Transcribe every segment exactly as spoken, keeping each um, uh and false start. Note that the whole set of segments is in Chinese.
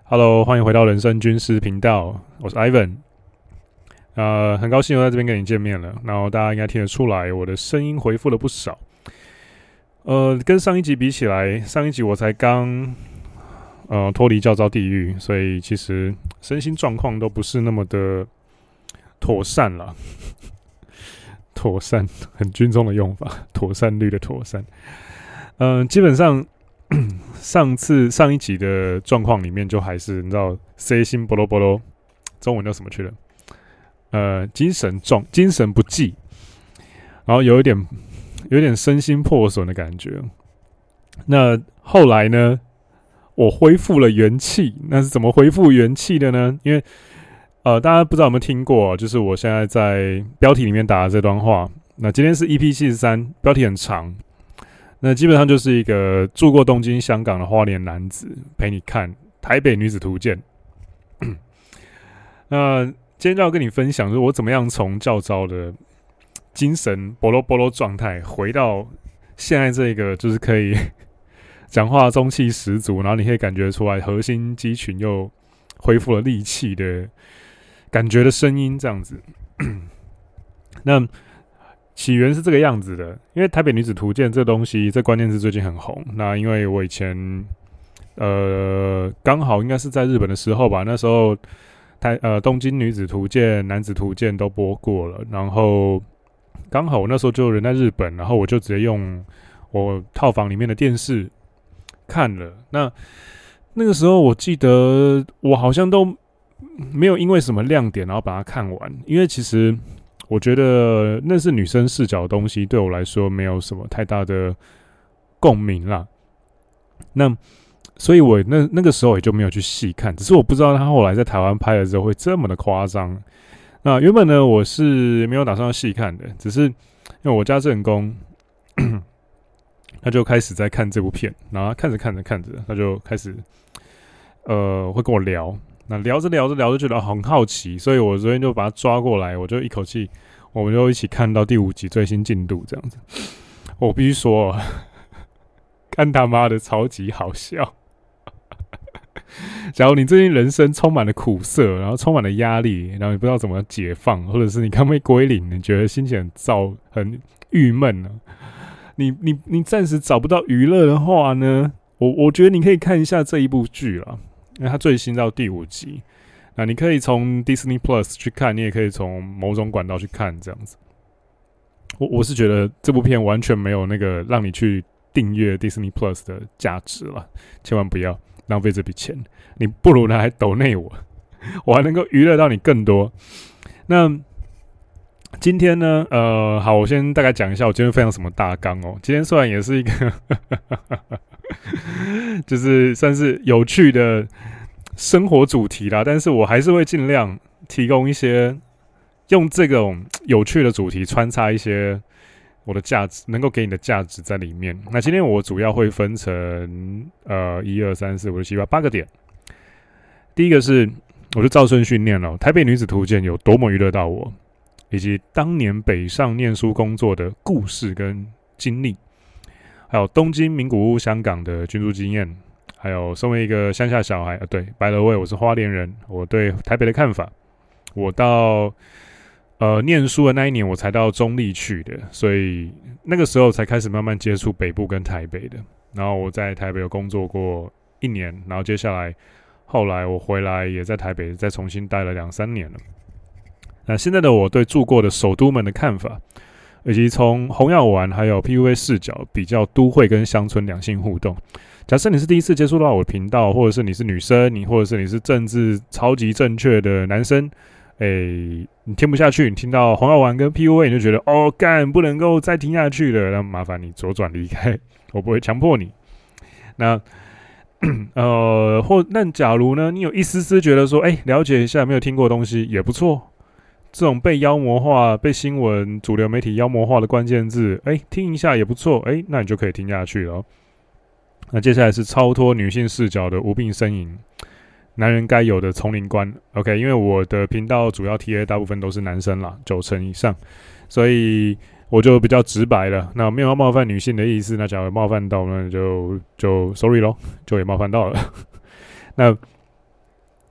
Hello，欢迎回到人生军师频道，我是 Ivan。呃，很高兴又在这边跟你见面了。然后大家应该听得出来，我的声音回复了不少。呃，跟上一集比起来，上一集我才刚呃脱离教召地狱，所以其实身心状况都不是那么的妥善啦。妥善，很军中的用法，妥善率的妥善。嗯、呃，基本上。上次上一集的状况里面，就还是你知道 ，C 心波罗波罗，中文叫什么去了？呃，精神状，精神不济，然后有一点有一点身心破损的感觉。那后来呢，我恢复了元气。那是怎么恢复元气的呢？因为呃，大家不知道有没有听过，就是我现在在标题里面打的这段话。那今天是 E P 七十三，标题很长。那基本上就是一个住过东京、香港的花莲男子陪你看台北女子图鉴。那今天就要跟你分享，就是我怎么样从教召的精神波罗波罗状态，回到现在这个就是可以讲话中气十足，然后你可以感觉出来核心肌群又恢复了力气的感觉的声音，这样子。那起源是这个样子的，因为台北女子图鉴这东西，这关键字最近很红。那因为我以前，呃，刚好应该是在日本的时候吧，那时候台呃东京女子图鉴、男子图鉴都播过了，然后刚好我那时候就人在日本，然后我就直接用我套房里面的电视看了。那那个时候我记得我好像都没有因为什么亮点然后把它看完，因为其实。我觉得那是女生视角的东西，对我来说没有什么太大的共鸣啦。那所以我那那个时候也就没有去细看，只是我不知道他后来在台湾拍的时候会这么的夸张。那原本呢，我是没有打算要细看的，只是因为我家正宫他就开始在看这部片，然后看着看着看着，他就开始呃会跟我聊。那聊着聊着聊着觉得很好奇，所以我昨天就把他抓过来，我就一口气，我们就一起看到第五集最新进度这样子。我必须说，看他妈的超级好笑。假如你最近人生充满了苦涩，然后充满了压力，然后你不知道怎么解放，或者是你刚被归零，你觉得心情很燥、很郁闷呢？你你你暂时找不到娱乐的话呢，我我觉得你可以看一下这一部剧啦。因为它最新到第五集，那你可以从 Disney Plus 去看，你也可以从某种管道去看，这样子。我我是觉得这部片完全没有那个让你去订阅 Disney Plus 的价值了，千万不要浪费这笔钱，你不如拿来抖内我，我还能够娱乐到你更多。那今天呢，呃，好，我先大概讲一下我今天分享什么大纲哦。今天虽然也是一个就是算是有趣的生活主题啦，但是我还是会尽量提供一些用这种有趣的主题穿插一些我的价值，能够给你的价值在里面。那今天我主要会分成呃一二三四五六七八八个点。第一个是，我就照顺序念了，台北女子图鉴有多么娱乐到我，以及当年北上念书工作的故事跟经历。还有东京、名古屋、香港的居住经验，还有身为一个乡下小孩，呃，对 ，by the way， 我是花莲人，我对台北的看法。我到呃念书的那一年，我才到中立去的，所以那个时候才开始慢慢接触北部跟台北的。然后我在台北有工作过一年，然后接下来后来我回来也在台北再重新待了两三年了。那现在的我对住过的首都们的看法。以及从红药丸还有 P U A 视角比较都会跟乡村两性互动。假设你是第一次接触到我的频道，或者是你是女生，你或者是你是政治超级正确的男生，诶，你听不下去，你听到红药丸跟 P U A 你就觉得哦干不能够再听下去了，那麻烦你左转离开，我不会强迫你。那呃或那假如呢，你有一丝丝觉得说，哎，了解一下没有听过的东西也不错。这种被妖魔化、被新闻主流媒体妖魔化的关键字，哎，听一下也不错，哎，那你就可以听下去了。那接下来是超脱女性视角的无病呻吟，男人该有的丛林观。OK， 因为我的频道主要 T A 大部分都是男生啦，九成以上，所以我就比较直白了。那没有要冒犯女性的意思，那假如冒犯到，那就就 sorry 咯，就也冒犯到了。那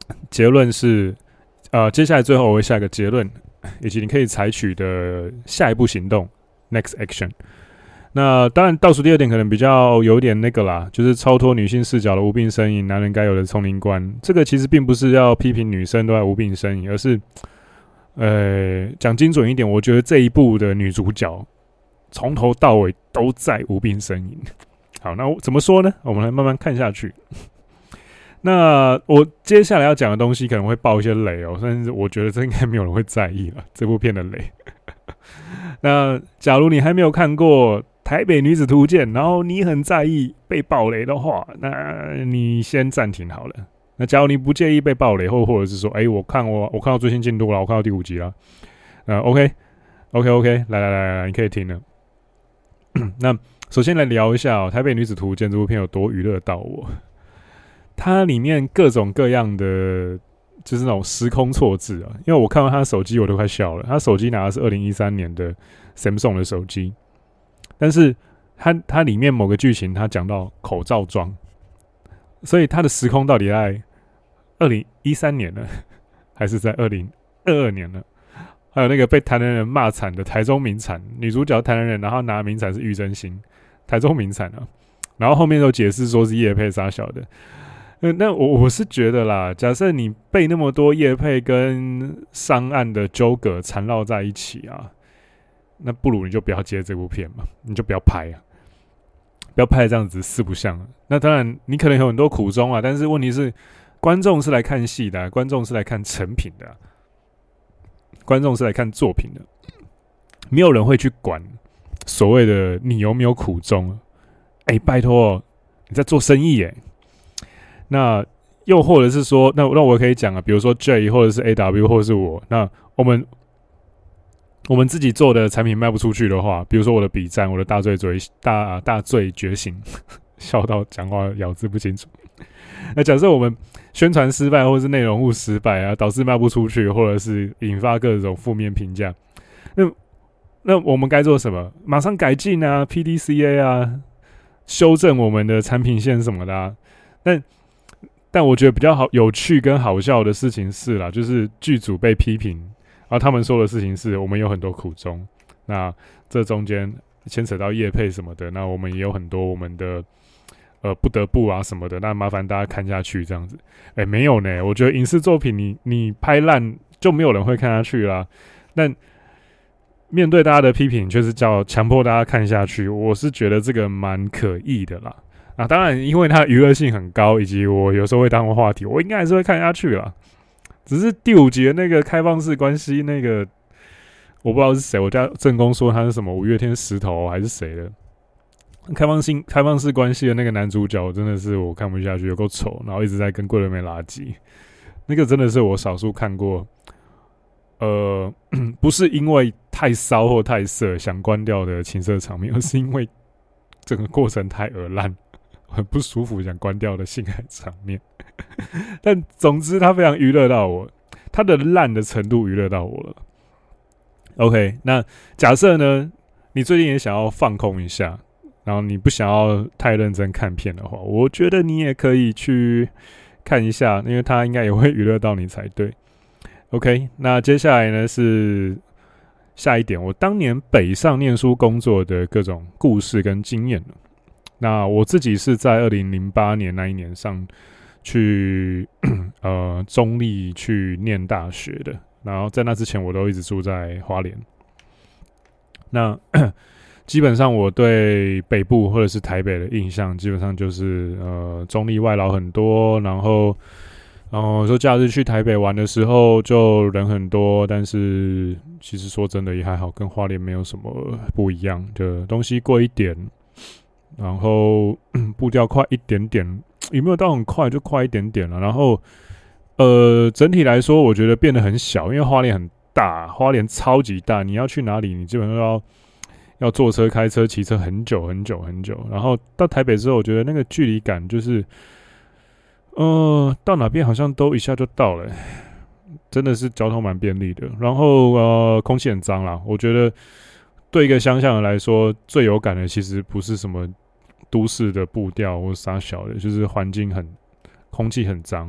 结论是，呃，接下来最后我会下一个结论，以及你可以采取的下一步行动 （next action）。那当然，倒数第二点可能比较有点那个啦，就是超脱女性视角的无病呻吟，男人该有的丛林观。这个其实并不是要批评女生都在无病呻吟，而是，呃，讲精准一点，我觉得这一部的女主角从头到尾都在无病呻吟。好，那我怎么说呢？我们来慢慢看下去。那我接下来要讲的东西可能会爆一些雷哦，但是我觉得这应该没有人会在意了，这部片的雷。那假如你还没有看过《台北女子图鉴》，然后你很在意被爆雷的话，那你先暂停好了。那假如你不介意被爆雷，或或者是说，哎、欸，我看我我看到最新进度了，我看到第五集了，呃 ，OK OK OK， 来来来来，你可以听了。那首先来聊一下哦，《台北女子图鉴》这部片有多娱乐到我。它里面各种各样的就是那种时空错置啊，因为我看到他的手机我都快笑了，他手机拿的是二零一三年的 Samsung 的手机，但是它它里面某个剧情它讲到口罩装，所以它的时空到底在二零一三年呢，还是在二零二二年呢？还有那个被台南人骂惨的台中名产，女主角台南人，然后拿的名产是玉珍心，台中名产啊，然后后面都解释说是业配杀小的。嗯，那我我是觉得啦，假设你被那么多业配跟商案的纠葛缠绕在一起啊，那不如你就不要接这部片嘛，你就不要拍啊，不要拍这样子四不像啊。那当然，你可能有很多苦衷啊，但是问题是，观众是来看戏的、啊，观众是来看成品的、啊，观众是来看作品的，没有人会去管所谓的你有没有苦衷。哎、欸，拜托，你在做生意耶、欸。那又或者是说，那那我可以讲啊，比如说 J 或者是 A W 或者是我，那我们我们自己做的产品卖不出去的话，比如说我的笔战，我的大罪罪大大罪觉醒，笑到讲话咬字不清楚。那假设我们宣传失败，或是内容物失败啊，导致卖不出去，或者是引发各种负面评价，那那我们该做什么？马上改进啊 ，P D C A 啊，修正我们的产品线什么的啊。但但我觉得比较好、有趣跟好笑的事情是啦，就是剧组被批评，然后他们说的事情是我们有很多苦衷，那这中间牵扯到业配什么的，那我们也有很多我们的呃不得不啊什么的，那麻烦大家看下去这样子。哎、欸，没有呢，我觉得影视作品你你拍烂就没有人会看下去啦。但面对大家的批评，就是叫强迫大家看下去，我是觉得这个蛮可疑的啦。啊，当然，因为它的娱乐性很高，以及我有时候会当话题，我应该还是会看下去啦。只是第五集的那个开放式关系，那个我不知道是谁，我家正宫说他是什么五月天石头还是谁的。开放性开放式关系的那个男主角，真的是我看不下去，有够丑，然后一直在跟桂纶镁拉鸡，那个真的是我少数看过，呃，不是因为太骚或太色想关掉的情色场面，而是因为整个过程太恶烂。很不舒服，想关掉的性爱场面，但总之他非常娱乐到我，他的烂的程度娱乐到我了。OK， 那假设呢，你最近也想要放空一下，然后你不想要太认真看片的话，我觉得你也可以去看一下，因为他应该也会娱乐到你才对。OK， 那接下来呢是下一点，我当年北上念书工作的各种故事跟经验。那我自己是在二零零八年那一年上去呃中立去念大学的，然后在那之前我都一直住在花莲。那基本上我对北部或者是台北的印象，基本上就是呃中立外劳很多，然后然后说假日去台北玩的时候就人很多，但是其实说真的也还好，跟花莲没有什么不一样，就东西贵一点。然后步调快一点点，有没有到很快就快一点点了。然后，呃，整体来说，我觉得变得很小，因为花莲很大，花莲超级大，你要去哪里，你基本上要要坐车、开车、骑车很久很久很久。然后到台北之后，我觉得那个距离感就是，呃，到哪边好像都一下就到了，真的是交通蛮便利的。然后呃，空气很脏啦，我觉得对一个乡下人来说，最有感的其实不是什么都市的步调或啥小的，就是环境很空气很脏，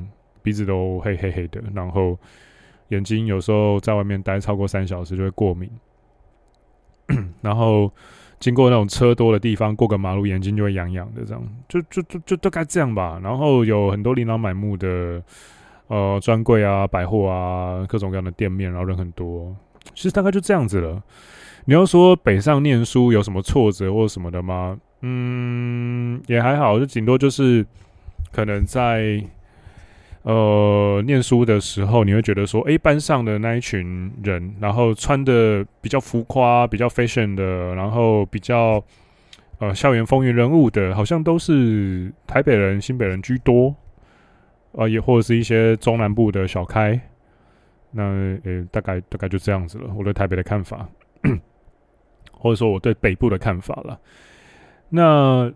鼻子都黑黑黑的，然后眼睛有时候在外面待超过三小时就会过敏，然后经过那种车多的地方，过个马路眼睛就会痒痒的，这样就就就就大概这样吧。然后有很多琳琅满目的呃专柜啊、百货啊、各种各样的店面，然后人很多，其实大概就这样子了。你要说北上念书有什么挫折或什么的吗？嗯，也还好，就顶多就是可能在呃念书的时候，你会觉得说，哎、欸，班上的那一群人，然后穿的比较浮夸、比较 fashion 的，然后比较呃校园风云人物的，好像都是台北人、新北人居多，呃，也或者是一些中南部的小开。那呃、欸，大概大概就这样子了，我对台北的看法。或者说我对北部的看法了。那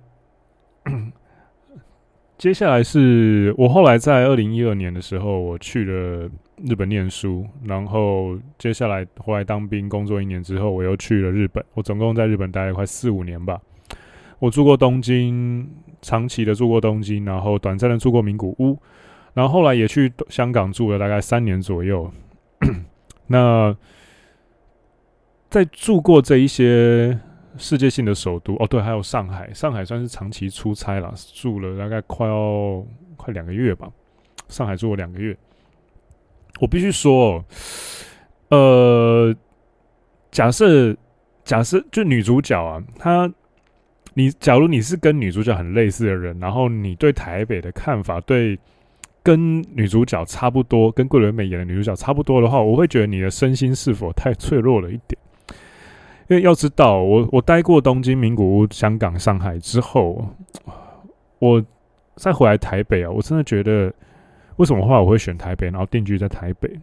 接下来是我后来在二零一二年的时候，我去了日本念书，然后接下来后来当兵工作一年之后，我又去了日本。我总共在日本待了快四五年吧。我住过东京，长期的住过东京，然后短暂的住过名古屋，然后后来也去香港住了大概三年左右。那在住过这一些世界性的首都，哦对，还有上海，上海算是长期出差啦，住了大概快要快两个月吧，上海住了两个月。我必须说，呃，假设假设就女主角啊，她你假如你是跟女主角很类似的人，然后你对台北的看法对跟女主角差不多，跟桂纶镁演的女主角差不多的话，我会觉得你的身心是否太脆弱了一点。因为要知道，我我待过东京、名古屋、香港、上海之后，我再回来台北啊，我真的觉得，为什么后来我会选台北，然后定居在台北？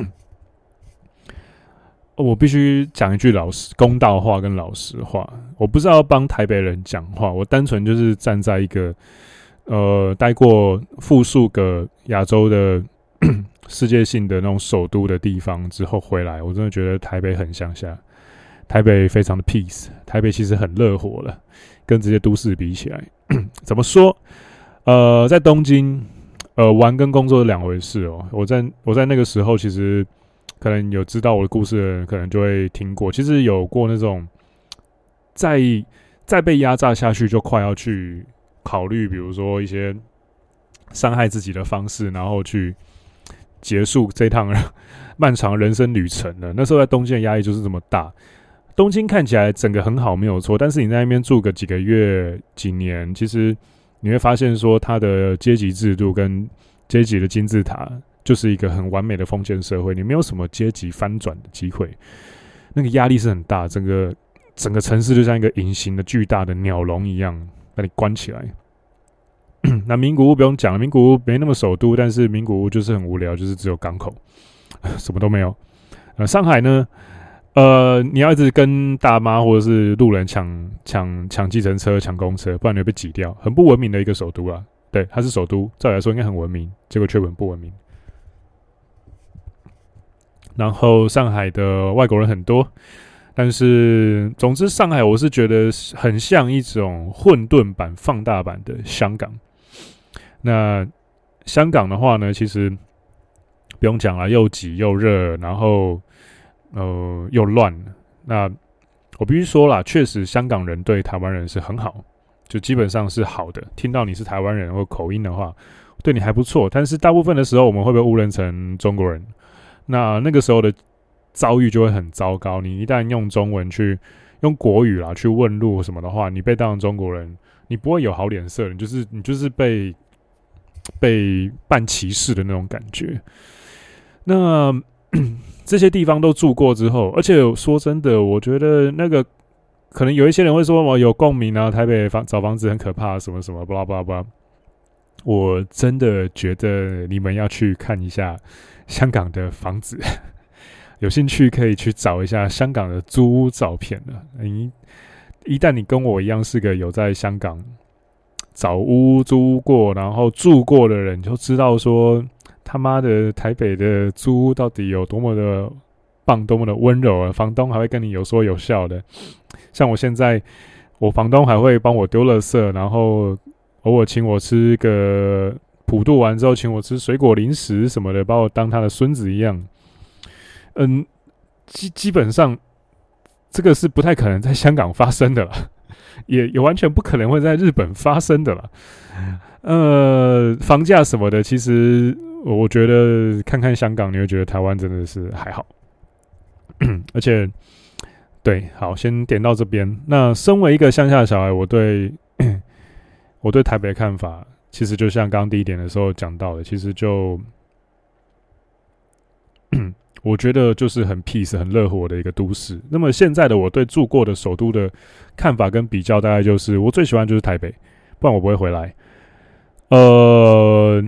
我必须讲一句老实公道话跟老实话，我不是要帮台北人讲话，我单纯就是站在一个呃待过复数个亚洲的世界性的那种首都的地方之后回来，我真的觉得台北很乡下。台北非常的 peace， 台北其实很热火了，跟这些都市比起来，怎么说？呃，在东京，呃，玩跟工作是两回事哦。我在我在那个时候，其实可能有知道我的故事的人，可能就会听过。其实有过那种再再被压榨下去，就快要去考虑，比如说一些伤害自己的方式，然后去结束这趟漫长人生旅程了。那时候在东京的压力就是这么大。东京看起来整个很好没有错，但是你在那边住个几个月几年，其实你会发现说它的阶级制度跟阶级的金字塔就是一个很完美的封建社会，你没有什么阶级翻转的机会，那个压力是很大，整个整个城市就像一个隐形的巨大的鸟笼一样把你关起来。那名古屋不用讲了，名古屋没那么首都，但是名古屋就是很无聊，就是只有港口，什么都没有。呃，上海呢？呃，你要一直跟大妈或者是路人抢抢抢计程车、抢公车，不然你会被挤掉，很不文明的一个首都啊。对，它是首都，照理来说应该很文明，结果却很不文明。然后上海的外国人很多，但是总之上海我是觉得很像一种混沌版、放大版的香港。那香港的话呢，其实不用讲了，又挤又热，然后。呃，又乱。那我必须说啦，确实香港人对台湾人是很好，就基本上是好的。听到你是台湾人或口音的话，对你还不错。但是大部分的时候，我们会被误认成中国人。那那个时候的遭遇就会很糟糕。你一旦用中文去用国语啦去问路什么的话，你被当成中国人，你不会有好脸色，你就是你就是被被半歧视的那种感觉。那这些地方都住过之后，而且说真的，我觉得那个可能有一些人会说我有共鸣啊，台北房找房子很可怕，什么什么巴拉巴拉巴拉。我真的觉得你们要去看一下香港的房子，有兴趣可以去找一下香港的租屋照片了。你一旦你跟我一样是个有在香港找屋租过，然后住过的人，就知道说。他妈的，台北的租屋到底有多么的棒，多么的温柔啊！房东还会跟你有说有笑的。像我现在，我房东还会帮我丢垃圾，然后偶尔请我吃个普渡完之后请我吃水果零食什么的，把我当他的孙子一样。嗯，基基本上这个是不太可能在香港发生的啦，也也完全不可能会在日本发生的啦。呃，房价什么的，其实我觉得看看香港，你会觉得台湾真的是还好。而且，对，好，先点到这边。那身为一个乡下的小孩，我对我对台北的看法，其实就像刚刚第一点的时候讲到的，其实就我觉得就是很 peace 很热火的一个都市。那么现在的我对住过的首都的看法跟比较，大概就是我最喜欢就是台北，不然我不会回来。呃，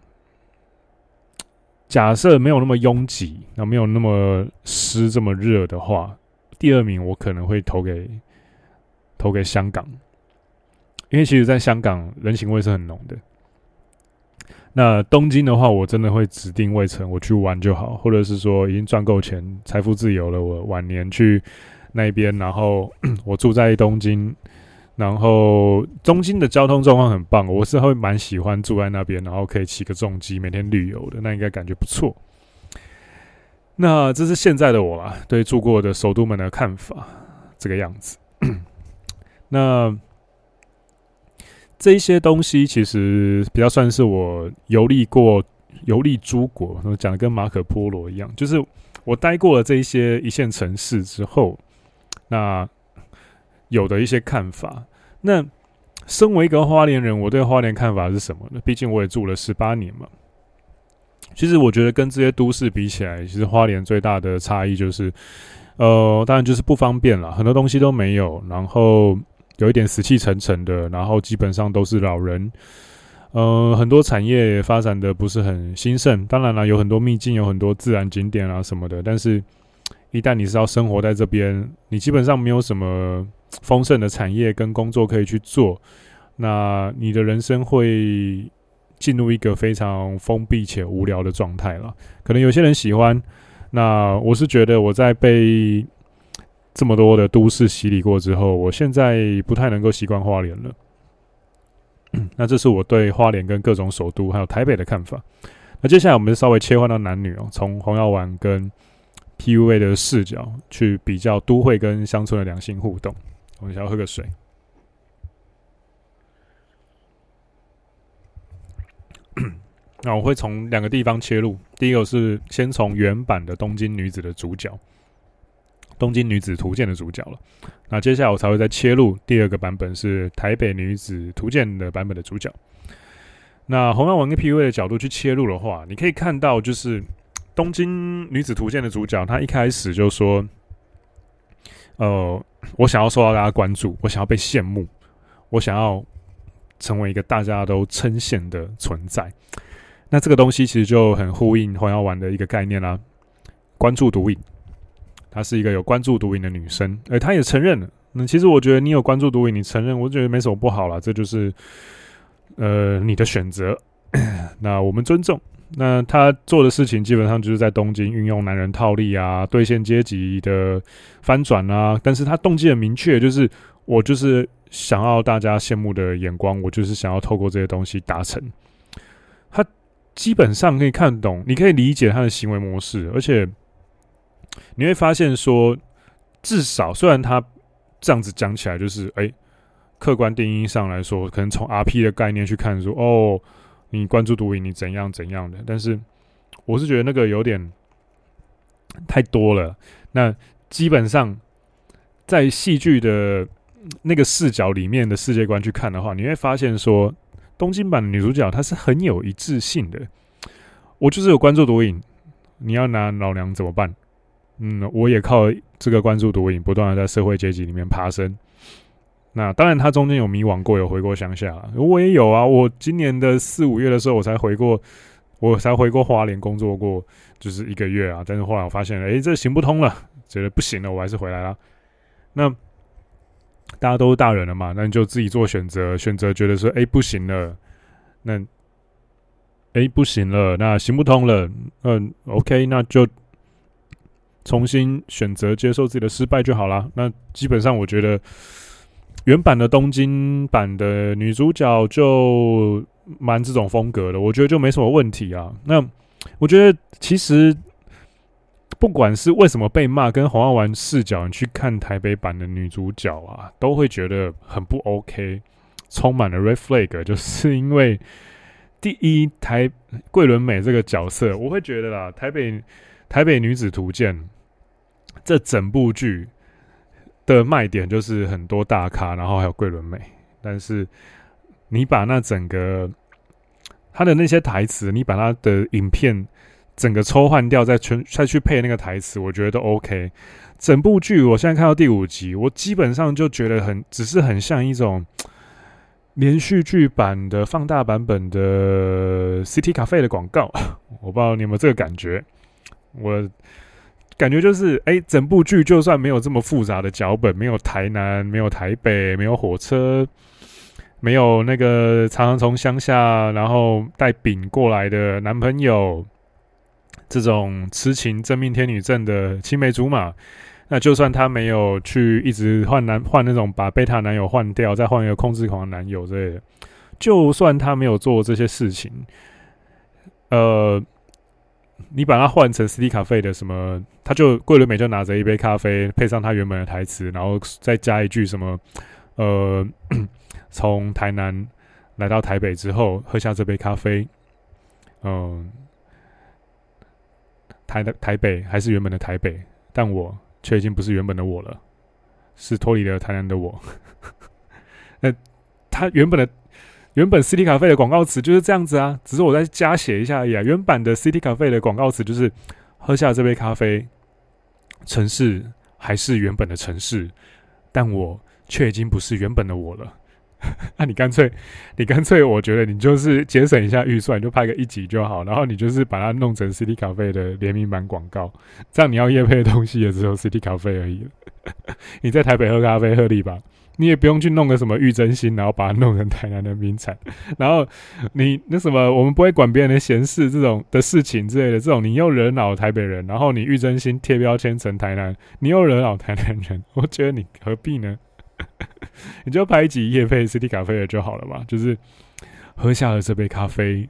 假设没有那么拥挤，那没有那么湿这么热的话，第二名我可能会投给投给香港，因为其实在香港人情味是很浓的。那东京的话，我真的会指定位城，我去玩就好，或者是说已经赚够钱，财富自由了，我晚年去那边，然后我住在东京，然后东京的交通状况很棒，我是会蛮喜欢住在那边，然后可以骑个重机，每天旅游的，那应该感觉不错。那这是现在的我啦，对住过的首都们的看法，这个样子。那这一些东西其实比较算是我游历过、游历诸国，讲的跟马可波罗一样，就是我待过了这一些一线城市之后，那有的一些看法。那身为一个花莲人，我对花莲看法是什么呢？毕竟我也住了十八年嘛。其实我觉得跟这些都市比起来，其实花莲最大的差异就是，呃，当然就是不方便啦，很多东西都没有，然后有一点死气沉沉的，然后基本上都是老人，呃，很多产业也发展的不是很兴盛。当然啦，有很多秘境，有很多自然景点啊什么的，但是一旦你是要生活在这边，你基本上没有什么丰盛的产业跟工作可以去做，那你的人生会进入一个非常封闭且无聊的状态了。可能有些人喜欢，那我是觉得我在被这么多的都市洗礼过之后，我现在不太能够习惯花莲了。那这是我对花莲跟各种首都还有台北的看法。那接下来我们稍微切换到男女哦，从红药丸跟 P U A 的视角去比较都会跟乡村的两性互动。我们想要喝个水。那我会从两个地方切入，第一个是先从原版的东京女子的主角，东京女子图鉴的主角了。那接下来我才会再切入第二个版本，是台北女子图鉴的版本的主角。那红药丸跟 P U A 的角度去切入的话，你可以看到就是东京女子图鉴的主角，她一开始就说，呃，我想要受到大家关注，我想要被羡慕，我想要成为一个大家都称羡的存在。那这个东西其实就很呼应红药丸的一个概念啦，关注毒瘾。她是一个有关注毒瘾的女生，而她也承认了。那其实我觉得你有关注毒瘾，你承认，我觉得没什么不好啦，这就是呃你的选择。那我们尊重。那她做的事情基本上就是在东京运用男人套利啊，兑现阶级的翻转啊，但是她动机很明确，就是我就是想要大家羡慕的眼光，我就是想要透过这些东西达成。她基本上可以看懂，你可以理解她的行为模式，而且你会发现说，至少虽然他这样子讲起来，就是哎、欸，客观定义上来说，可能从 R P 的概念去看说，哦，你关注毒瘾，你怎样怎样的，但是我是觉得那个有点太多了。那基本上在戏剧的那个视角里面的世界观去看的话，你会发现说，东京版的女主角她是很有一致性的。我就是有关注毒瘾，你要拿老娘怎么办？嗯，我也靠这个关注毒瘾，不断的在社会阶级里面爬升。那当然，他中间有迷惘过，有回过乡下啦，我也有啊。我今年的四五月的时候，我才回过，我才回过花莲工作过，就是一个月啊。但是后来我发现，哎、欸，这行不通了，觉得不行了，我还是回来啦。那大家都是大人了嘛，那你就自己做选择，选择觉得说，哎、欸，不行了，那，哎、欸，不行了，那行不通了，嗯 ，OK， 那就重新选择接受自己的失败就好啦。那基本上我觉得原版的东京版的女主角就蛮这种风格的，我觉得就没什么问题啊。那我觉得其实不管是为什么被骂，跟红药丸视角你去看台北版的女主角啊，都会觉得很不 OK， 充满了 red flag， 就是因为第一台桂纶镁这个角色，我会觉得啦，台北台北女子图鉴这整部剧的卖点就是很多大咖，然后还有桂纶镁，但是你把那整个他的那些台词，你把他的影片整个抽换掉，再去再去配那个台词，我觉得都 OK。整部剧我现在看到第五集，我基本上就觉得很，只是很像一种连续剧版的放大版本的 City Cafe 的广告，我不知道你有没有这个感觉，我。感觉就是，哎、欸，整部剧就算没有这么复杂的脚本，没有台南，没有台北，没有火车，没有那个常常从乡下然后带饼过来的男朋友，这种痴情真命天女症的青梅竹马，那就算他没有去一直换男换那种把贝塔男友换掉，再换一个控制狂的男友之类的，就算他没有做这些事情，呃。你把它换成 City Cafe 的什么，他就桂纶镁就拿着一杯咖啡，配上他原本的台词，然后再加一句什么，呃，从台南来到台北之后，喝下这杯咖啡，嗯、呃，台台北还是原本的台北，但我却已经不是原本的我了，是脱离了台南的我。那他原本的。原本 City Cafe 的广告词就是这样子啊，只是我再加写一下而已啊。原版的 City Cafe 的广告词就是喝下这杯咖啡，城市还是原本的城市，但我却已经不是原本的我了。那、啊、你干脆，你干脆，我觉得你就是节省一下预算，你就拍个一集就好，然后你就是把它弄成 City Cafe 的联名版广告，这样你要业配的东西也只有 City Cafe 而已了。你在台北喝咖啡合理吧？你也不用去弄个什么玉珍心，然后把它弄成台南的名产，然后你那什么，我们不会管别人的闲事这种的事情之类的，这种你又惹恼台北人，然后你玉珍心贴标签成台南，你又惹恼台南人，我觉得你何必呢？你就拍一集业配 City Cafe 的就好了嘛，就是喝下了这杯咖啡，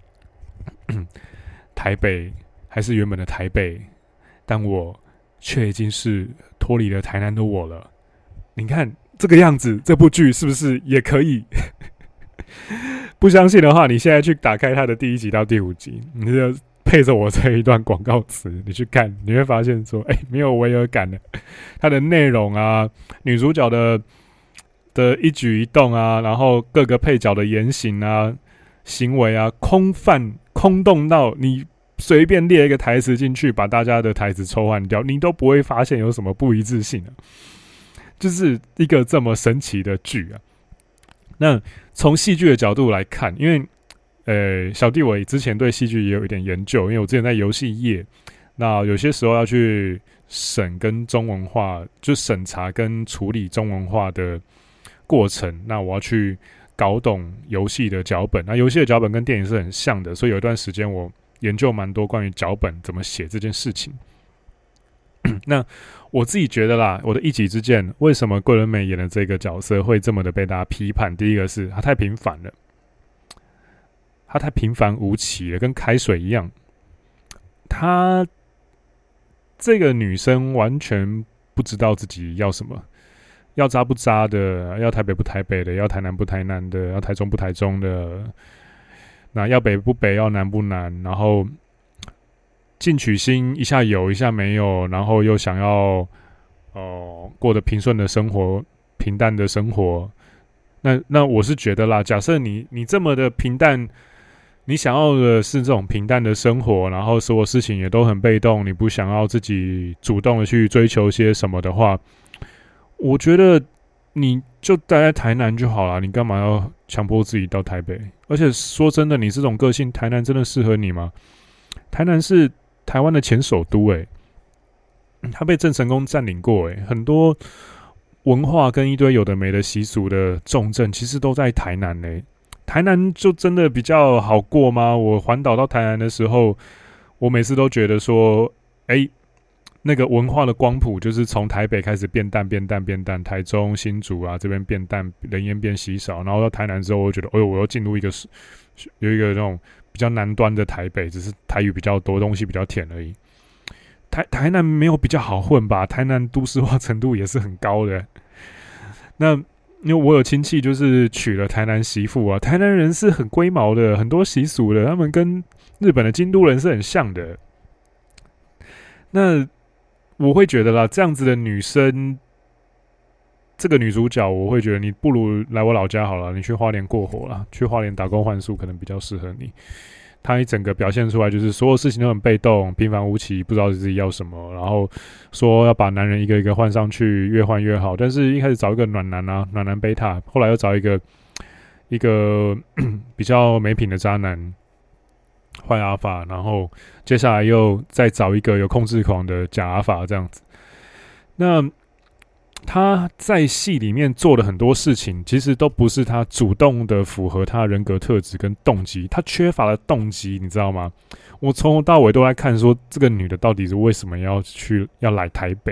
台北还是原本的台北，但我却已经是脱离了台南的我了。你看。这个样子，这部剧是不是也可以？不相信的话，你现在去打开它的第一集到第五集，你就配着我这一段广告词，你去看，你会发现说，哎、欸，没有违和感的。它的内容啊，女主角的的一举一动啊，然后各个配角的言行啊、行为啊，空泛空洞到你随便列一个台词进去，把大家的台词抽换掉，你都不会发现有什么不一致性啊。就是一个这么神奇的剧啊！那从戏剧的角度来看，因为呃，小弟我之前对戏剧也有一点研究，因为我之前在游戏业，那有些时候要去审跟中文化，就审查跟处理中文化的过程，那我要去搞懂游戏的脚本。那游戏的脚本跟电影是很像的，所以有一段时间我研究蛮多关于脚本怎么写这件事情。那我自己觉得啦，我的一己之见，为什么桂纶镁演的这个角色会这么的被大家批判？第一个是她太平凡了，她太平凡无奇了，跟开水一样。她这个女生完全不知道自己要什么，要渣不渣的，要台北不台北的，要台南不台南的，要台中不台中的，那要北不北，要南不南，然后。进取心一下有一下没有，然后又想要哦、呃、过得平顺的生活，平淡的生活。那那我是觉得啦，假设你你这么的平淡，你想要的是这种平淡的生活，然后所有事情也都很被动，你不想要自己主动的去追求些什么的话，我觉得你就待在台南就好了，你干嘛要强迫自己到台北？而且说真的，你这种个性，台南真的适合你吗？台南是台湾的前首都、欸，他被郑成功占领过、欸，很多文化跟一堆有的没的习俗的重镇，其实都在台南呢、欸。台南就真的比较好过吗？我环岛到台南的时候，我每次都觉得说，哎、欸， 那个文化的光谱就是从台北开始变淡变淡变淡，台中新竹啊这边变淡，人烟变稀少，然后到台南之后，我就觉得，哎呦，我又进入一个有一个那种比较南端的台北，只是台语比较多，东西比较甜而已。台台南没有比较好混吧？台南都市化程度也是很高的。那因为我有亲戚就是娶了台南媳妇啊，台南人是很龟毛的，很多习俗的，他们跟日本的京都人是很像的。那我会觉得啦，这样子的女生，这个女主角，我会觉得你不如来我老家好了，你去花莲过活啦，去花莲打工换宿可能比较适合你。她一整个表现出来就是所有事情都很被动，平凡无奇，不知道自己要什么，然后说要把男人一个一个换上去，越换越好。但是一开始找一个暖男啊，暖男贝塔，后来又找一个一个比较没品的渣男。坏阿法，然后接下来又再找一个有控制狂的假阿法这样子。那他在戏里面做的很多事情，其实都不是他主动的符合他的人格特质跟动机，他缺乏了动机，你知道吗？我从头到尾都在看说这个女的到底是为什么要去要来台北。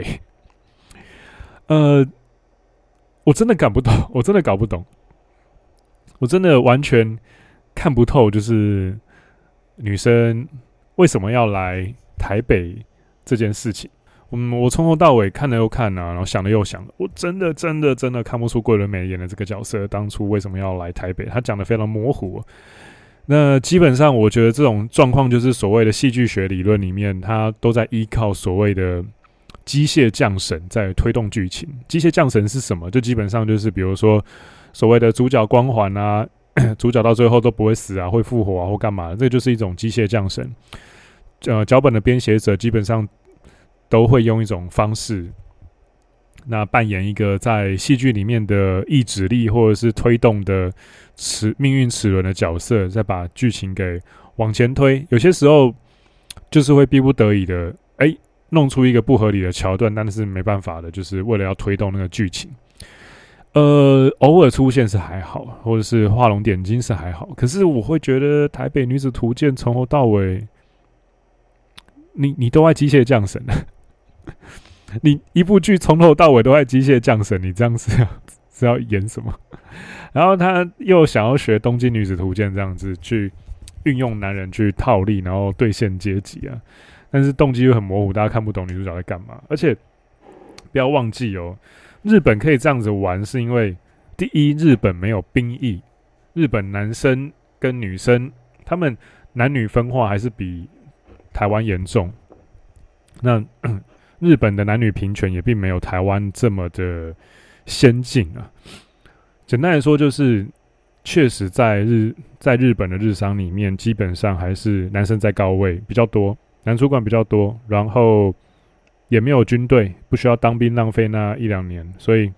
呃，我真的搞不懂，我真的搞不懂，我真的完全看不透，就是女生为什么要来台北这件事情。嗯，我从头到尾看了又看啊，然后想了又想，我真的真的真的看不出桂纶镁演的这个角色当初为什么要来台北，他讲的非常模糊。那基本上我觉得这种状况就是所谓的戏剧学理论里面，他都在依靠所谓的机械降神在推动剧情。机械降神是什么？就基本上就是比如说所谓的主角光环啊，主角到最后都不会死啊，会复活啊，或干嘛的，这就是一种机械降神。呃，脚本的编写者基本上都会用一种方式，那扮演一个在戏剧里面的意志力或者是推动的齿命运齿轮的角色，再把剧情给往前推。有些时候就是会逼不得已的，哎、欸，弄出一个不合理的桥段，但是没办法的，就是为了要推动那个剧情。呃，偶尔出现是还好，或者是画龙点睛是还好，可是我会觉得《台北女子图鉴》从头到尾，你你都在机械降神，你一部剧从头到尾都在机械降神，你这样是要是要演什么？然后他又想要学《东京女子图鉴》这样子去运用男人去套利，然后兑现阶级啊，但是动机又很模糊，大家看不懂女主角在干嘛。而且不要忘记哦。日本可以这样子玩，是因为第一，日本没有兵役，日本男生跟女生他们男女分化还是比台湾严重。那日本的男女平权也并没有台湾这么的先进啊。简单来说，就是确实在日在日本的日商里面，基本上还是男生在高位比较多，男主管比较多，然后也没有军队，不需要当兵浪费那一两年，所以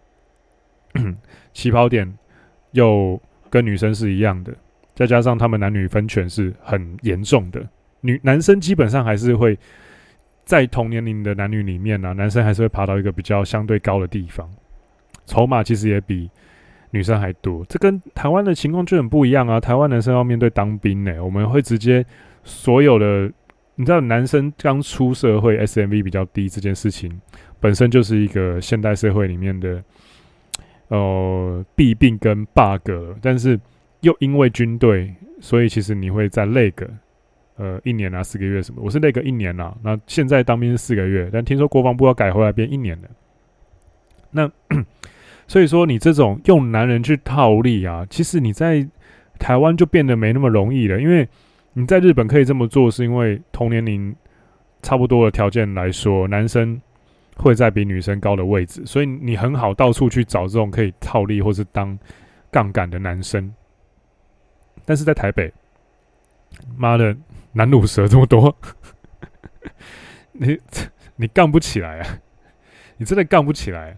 起跑点又跟女生是一样的，再加上他们男女分权是很严重的，女男生基本上还是会在同年龄的男女里面啊，男生还是会爬到一个比较相对高的地方，筹码其实也比女生还多，这跟台湾的情况就很不一样啊。台湾男生要面对当兵呢、欸，我们会直接所有的。你知道男生刚出社会 S M V 比较低这件事情本身就是一个现代社会里面的呃弊病跟 bug， 但是又因为军队，所以其实你会在累个呃一年啊四个月什么，我是累个一年啊，那现在当兵是四个月，但听说国防部要改回来变一年了。那所以说你这种用男人去套利啊，其实你在台湾就变得没那么容易了，因为你在日本可以这么做，是因为同年龄差不多的条件来说，男生会在比女生高的位置，所以你很好到处去找这种可以套利或是当杠杆的男生。但是在台北，妈的，男乳蛇这么多，你你杠不起来啊！你真的杠不起来。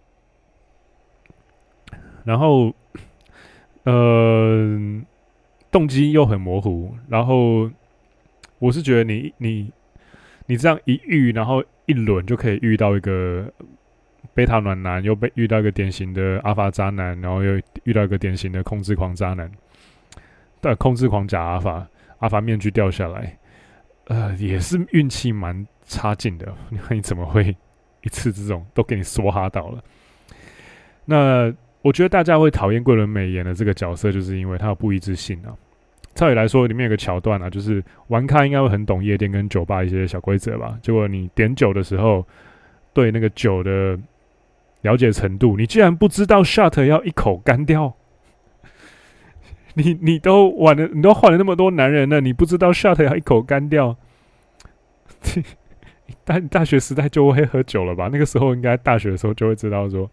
然后，呃。动机又很模糊，然后我是觉得你你你这样一遇，然后一轮就可以遇到一个贝塔暖男，又被遇到一个典型的阿法渣男，然后又遇到一个典型的控制狂渣男，但控制狂假阿法，阿法面具掉下来，呃，也是运气蛮差劲的，你怎么会一次这种都给你梭哈到了？那我觉得大家会讨厌桂纶镁演的这个角色，就是因为他有不一致性啊。照理来说，里面有个桥段啊，就是玩咖应该会很懂夜店跟酒吧一些小规则吧。结果你点酒的时候，对那个酒的了解程度，你竟然不知道 shot 要一口干掉。你你都玩了，你都换了那么多男人了，你不知道 shot 要一口干掉？大大学时代就会喝酒了吧？那个时候应该大学的时候就会知道说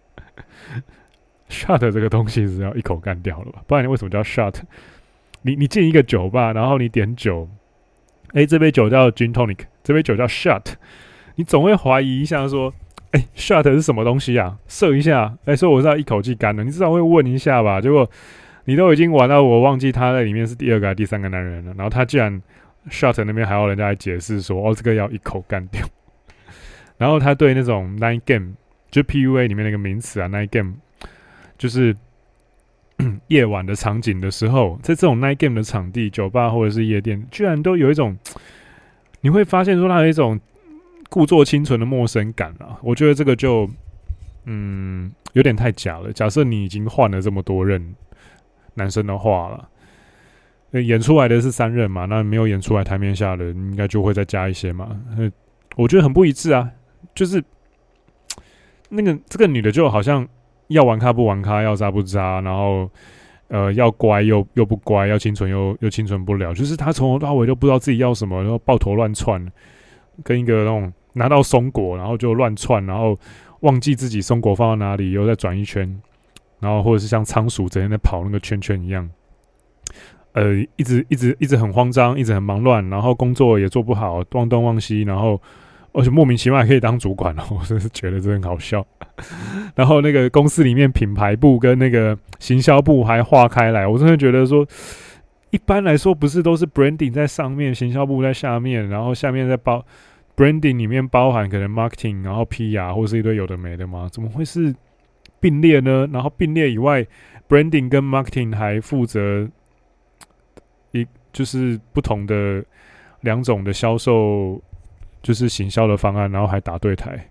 shot 这个东西是要一口干掉了吧？不然你为什么叫 shot？ 你你进一个酒吧，然后你点酒，哎，这杯酒叫 gin tonic， 这杯酒叫 shot， 你总会怀疑一下说，哎 shot 是什么东西啊？射一下，哎，说我是要一口气干的，你至少会问一下吧？结果你都已经玩到我忘记他在里面是第二个还是第三个男人了，然后他居然 shot 那边还要人家来解释说，哦，这个要一口干掉。然后他对那种 night game， 就 P U A 里面那个名词啊 ，night game 就是夜晚的场景的时候，在这种 night game 的场地，酒吧或者是夜店，居然都有一种，你会发现说它有一种故作清纯的陌生感啊。我觉得这个就，嗯，有点太假了。假设你已经换了这么多任男生的话了，演出来的是三任嘛，那没有演出来台面下的，应该就会再加一些嘛。我觉得很不一致啊，就是那个这个女的就好像要玩咖不玩咖，要渣不渣，然后呃要乖又又不乖，要清纯又又清纯不了，就是她从头到尾都不知道自己要什么，然后抱头乱窜，跟一个那种拿到松果然后就乱窜，然后忘记自己松果放到哪里，又再转一圈，然后或者是像仓鼠整天在跑那个圈圈一样。呃，一直一直一直很慌张，一直很忙乱，然后工作也做不好，忘东忘西，然后而且莫名其妙还可以当主管，我真是觉得这很好笑。然后那个公司里面品牌部跟那个行销部还划开来，我真的觉得说，一般来说不是都是 branding 在上面，行销部在下面，然后下面在包 branding 里面包含可能 marketing， 然后 P R 或是一堆有的没的吗？怎么会是并列呢？然后并列以外 ，branding 跟 marketing 还负责一就是不同的两种的销售，就是行销的方案，然后还打对台。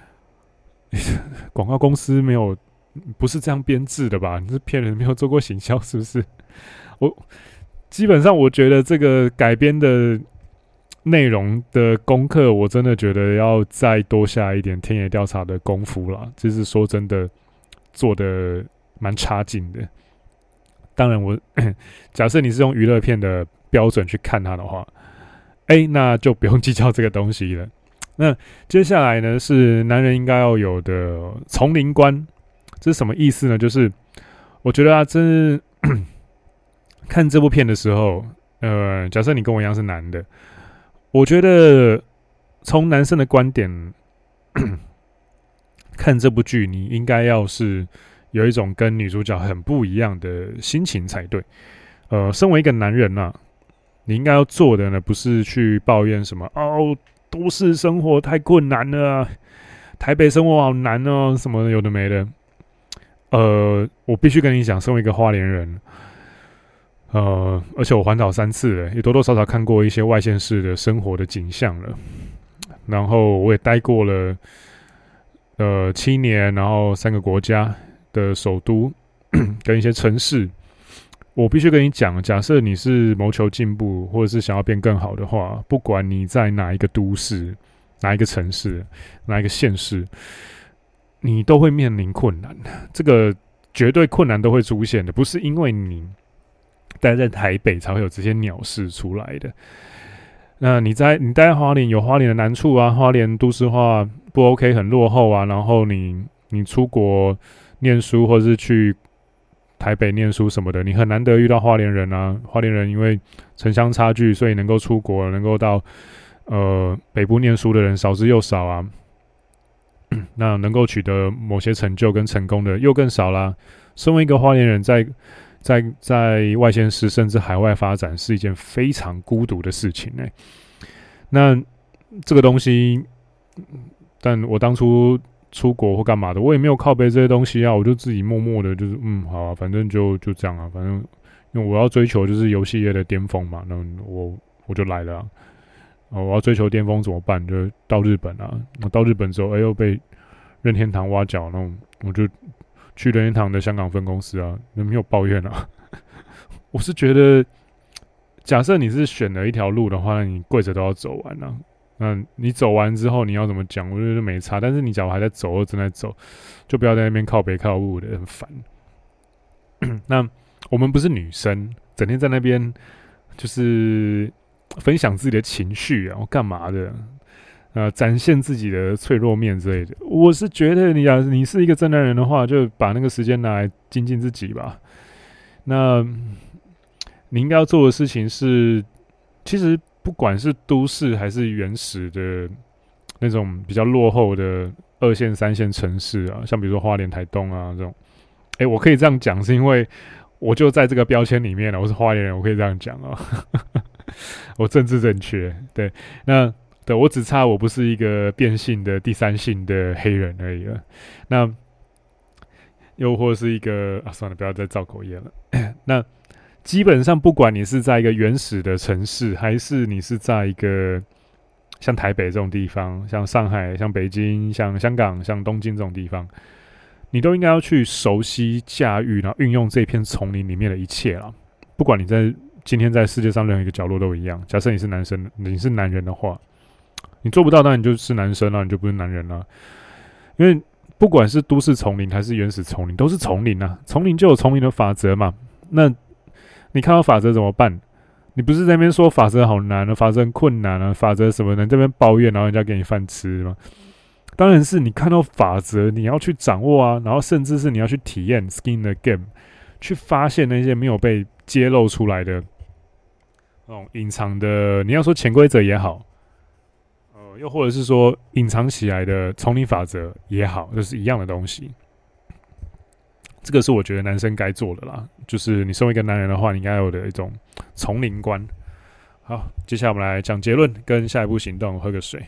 广告公司没有不是这样编制的吧？你是骗人，没有做过行销是不是？我基本上我觉得这个改编的内容的功课，我真的觉得要再多下一点田野调查的功夫啦。就是说真的，做的蛮差劲的。当然我，我假设你是用娱乐片的标准去看它的话，哎，那就不用计较这个东西了。那接下来呢，是男人应该要有的丛林观，这是什么意思呢？就是我觉得啊，真是看这部片的时候，呃，假设你跟我一样是男的，我觉得从男生的观点看这部剧，你应该要是有一种跟女主角很不一样的心情才对。呃，身为一个男人啊，你应该要做的呢，不是去抱怨什么哦，都市生活太困难了啊，台北生活好难哦，什么有的没的。呃，我必须跟你讲，身为一个花莲人，呃，而且我环岛三次了，也多多少少看过一些外县市的生活的景象了。然后我也待过了呃七年，然后三个国家的首都跟一些城市。我必须跟你讲，假设你是谋求进步，或者是想要变更好的话，不管你在哪一个都市、哪一个城市、哪一个县市，你都会面临困难。这个绝对困难都会出现的，不是因为你待在台北才会有这些鸟事出来的。那你在你待在花莲有花莲的难处啊，花莲都市化不 OK， 很落后啊。然后你你出国念书，或者是去台北念书什么的，你很难得遇到花莲人啊。花莲人因为城乡差距，所以能够出国，能够到呃北部念书的人少之又少啊。那能够取得某些成就跟成功的又更少啦。身为一个花莲人在，在在在外县市甚至海外发展，是一件非常孤独的事情呢、欸。那这个东西，但我当初出国或干嘛的，我也没有靠背这些东西啊，我就自己默默的，就是嗯，好啊，反正就就这样啊，反正因为我要追求就是游戏业的巅峰嘛，那我我就来了、啊。 哦，我要追求巅峰怎么办？就到日本啊，我到日本之后，哎又被任天堂挖角，那我就去任天堂的香港分公司啊，没有抱怨啊。我是觉得，假设你是选了一条路的话，那你跪着都要走完啊。那你走完之后，你要怎么讲？我觉得没差。但是你假如还在走或正在走，就不要在那边靠北靠物的，很烦。那我们不是女生，整天在那边就是分享自己的情绪啊，我干嘛的？呃，展现自己的脆弱面之类的。我是觉得你啊，你是一个真男人的话，就把那个时间拿来精进自己吧。那你应该要做的事情是，其实不管是都市还是原始的那种比较落后的二线、三线城市啊，像比如说花莲、台东啊这种，哎、欸，我可以这样讲，是因为我就在这个标签里面了。我是花莲人，我可以这样讲啊，我政治正确。对，那对我只差我不是一个变性的第三性的黑人而已了。那又或是一个啊，算了，不要再造口业了。那基本上，不管你是在一个原始的城市，还是你是在一个像台北这种地方，像上海、像北京、像香港、像东京这种地方，你都应该要去熟悉、驾驭，然后运用这片丛林里面的一切啦。不管你在今天在世界上任何一个角落都一样。假设你是男生，你是男人的话，你做不到，那你就是男生啊，你就不是男人啦。因为不管是都市丛林还是原始丛林，都是丛林啊，丛林就有丛林的法则嘛。那你看到法则怎么办？你不是在那边说法则好难啊，法则很困难啊，法则什么的，你这边抱怨，然后人家给你饭吃吗？当然是你看到法则，你要去掌握啊，然后甚至是你要去体验 skin the game， 去发现那些没有被揭露出来的那种隐藏的，你要说潜规则也好，呃，又或者是说隐藏起来的丛林法则也好，这是一样的东西。这个是我觉得男生该做的啦，就是你身为一个男人的话，你应该有的一种丛林观。好，接下来我们来讲结论跟下一步行动。喝个水。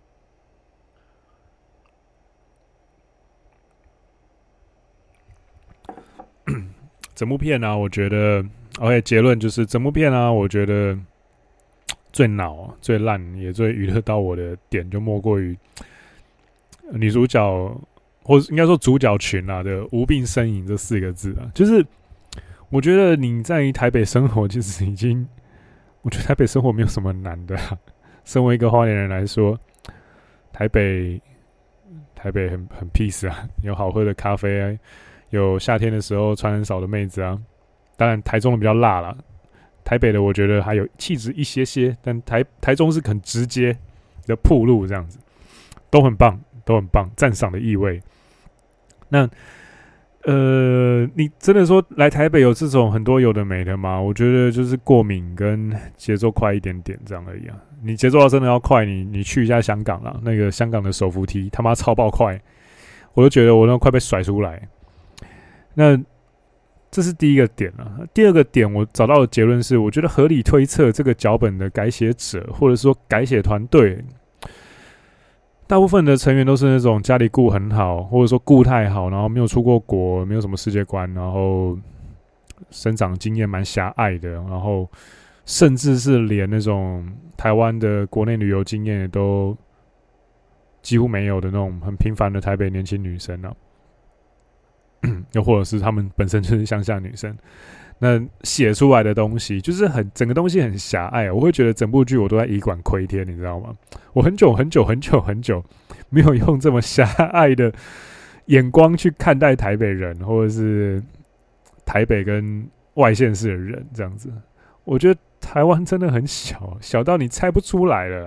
整部片啊，我觉得 ，OK， 结论就是整部片啊，我觉得最脑、最烂也最娱乐到我的点，就莫过于女主角。或应该说主角群啊的无病呻吟这四个字啊，就是我觉得你在台北生活，其实已经，我觉得台北生活没有什么难的、啊。身为一个花莲人来说，台北台北很很 peace 啊，有好喝的咖啡啊，有夏天的时候穿很少的妹子啊。当然台中的比较辣啦，台北的我觉得还有气质一些些，但台台中是很直接的铺路这样子，都很棒，都很棒，赞赏的意味。那呃，你真的说来台北有这种很多有的没的吗？我觉得就是过敏跟节奏快一点点这样而已啊。你节奏要真的要快，你你去一下香港啦，那个香港的手扶梯他妈超爆快，我就觉得我那快被甩出来。那这是第一个点啊。第二个点，我找到的结论是，我觉得合理推测这个脚本的改写者或者说改写团队。大部分的成员都是那种家里顾很好，或者说顾太好，然后没有出过国，没有什么世界观，然后生长经验蛮狭隘的，然后甚至是连那种台湾的国内旅游经验都几乎没有的那种很平凡的台北年轻女生啊，又或者是他们本身就是乡下女生。那写出来的东西就是很整个东西很狭隘，我会觉得整部剧我都在以管窥天，你知道吗？我很久很久很久很久没有用这么狭隘的眼光去看待台北人，或者是台北跟外县市的人这样子。我觉得台湾真的很小，小到你猜不出来了。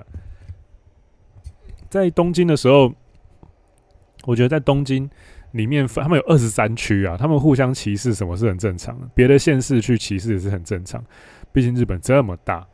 在东京的时候，我觉得在东京里面他们有二十三区啊，他们互相歧视什么是很正常的，别的县市去歧视也是很正常，毕竟日本这么大。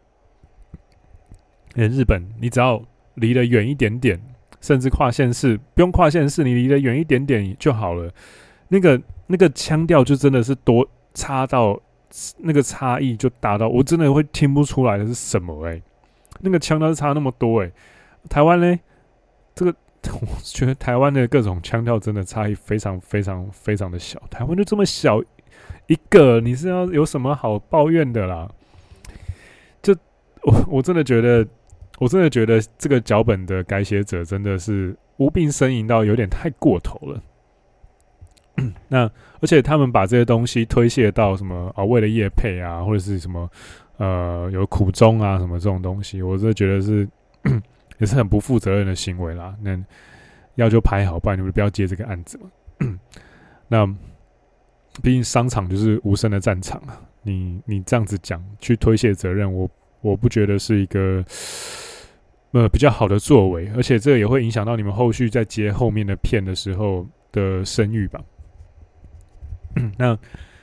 日本你只要离得远一点点，甚至跨县市，不用跨县市，你离得远一点点就好了。那个那个腔调就真的是多差到那个差异就大到我真的会听不出来的是什么哎、欸，那个腔调是差那么多哎、欸。台湾呢，这个我觉得台湾的各种腔调真的差异非常非常非常的小。台湾就这么小一个，你是要有什么好抱怨的啦？就我我真的觉得。 我真的觉得这个脚本的改写者真的是无病呻吟到有点太过头了。那而且他们把这些东西推卸到什么啊，为了业配啊，或者是什么呃有苦衷啊什么这种东西，我真的觉得是也是很不负责任的行为啦。那要就拍好，不然你们不要接这个案子嘛。那毕竟商场就是无声的战场啊，你你这样子讲去推卸责任，我我不觉得是一个呃比较好的作为，而且这个也会影响到你们后续在接后面的片的时候的声誉吧。那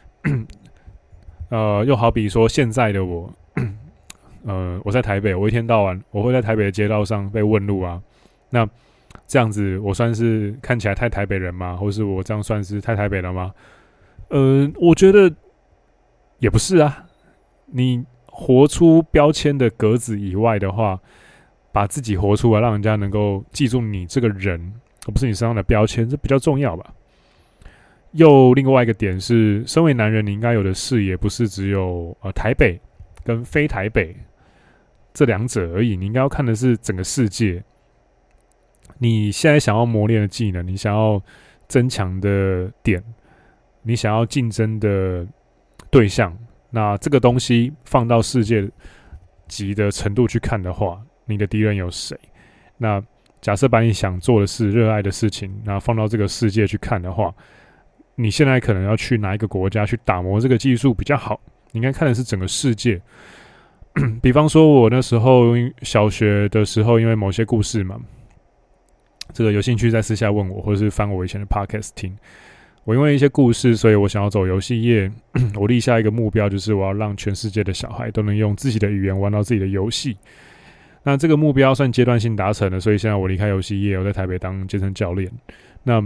呃，又好比说现在的我，呃，我在台北，我一天到晚我会在台北的街道上被问路啊。那这样子，我算是看起来太台北人吗？或是我这样算是太台北了吗？呃，我觉得也不是啊。你活出标签的格子以外的话，把自己活出来，让人家能够记住你这个人，而不是你身上的标签，这比较重要吧。又另外一个点是，身为男人，你应该有的视野不是只有呃台北跟非台北这两者而已，你应该要看的是整个世界。你现在想要磨练的技能，你想要增强的点，你想要竞争的对象，那这个东西放到世界级的程度去看的话，你的敌人有谁？那假设把你想做的事、热爱的事情，那放到这个世界去看的话，你现在可能要去哪一个国家去打磨这个技术比较好？你应该看的是整个世界。比方说，我那时候小学的时候，因为某些故事嘛，这个有兴趣在私下问我，或者是翻我以前的 podcast 听。我因为一些故事，所以我想要走游戏业。我立下一个目标，就是我要让全世界的小孩都能用自己的语言玩到自己的游戏。那这个目标算阶段性达成了，所以现在我离开游戏业，我在台北当健身教练。那